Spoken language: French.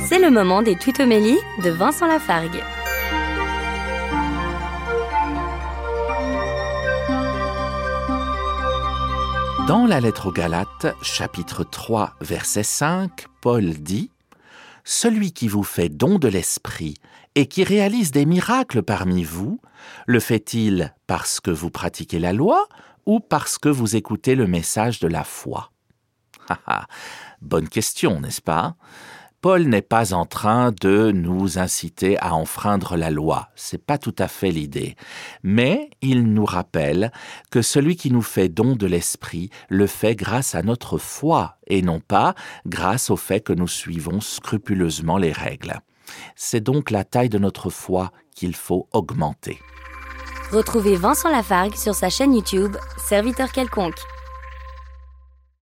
C'est le moment des tutomélies de Vincent Lafargue. Dans la lettre aux Galates, chapitre 3, verset 5, Paul dit « Celui qui vous fait don de l'esprit et qui réalise des miracles parmi vous, le fait-il parce que vous pratiquez la loi ou parce que vous écoutez le message de la foi ?» Bonne question, n'est-ce pas ? Paul n'est pas en train de nous inciter à enfreindre la loi, c'est pas tout à fait l'idée. Mais il nous rappelle que celui qui nous fait don de l'esprit le fait grâce à notre foi et non pas grâce au fait que nous suivons scrupuleusement les règles. C'est donc la taille de notre foi qu'il faut augmenter. Retrouvez Vincent Lafargue sur sa chaîne YouTube Serviteur quelconque.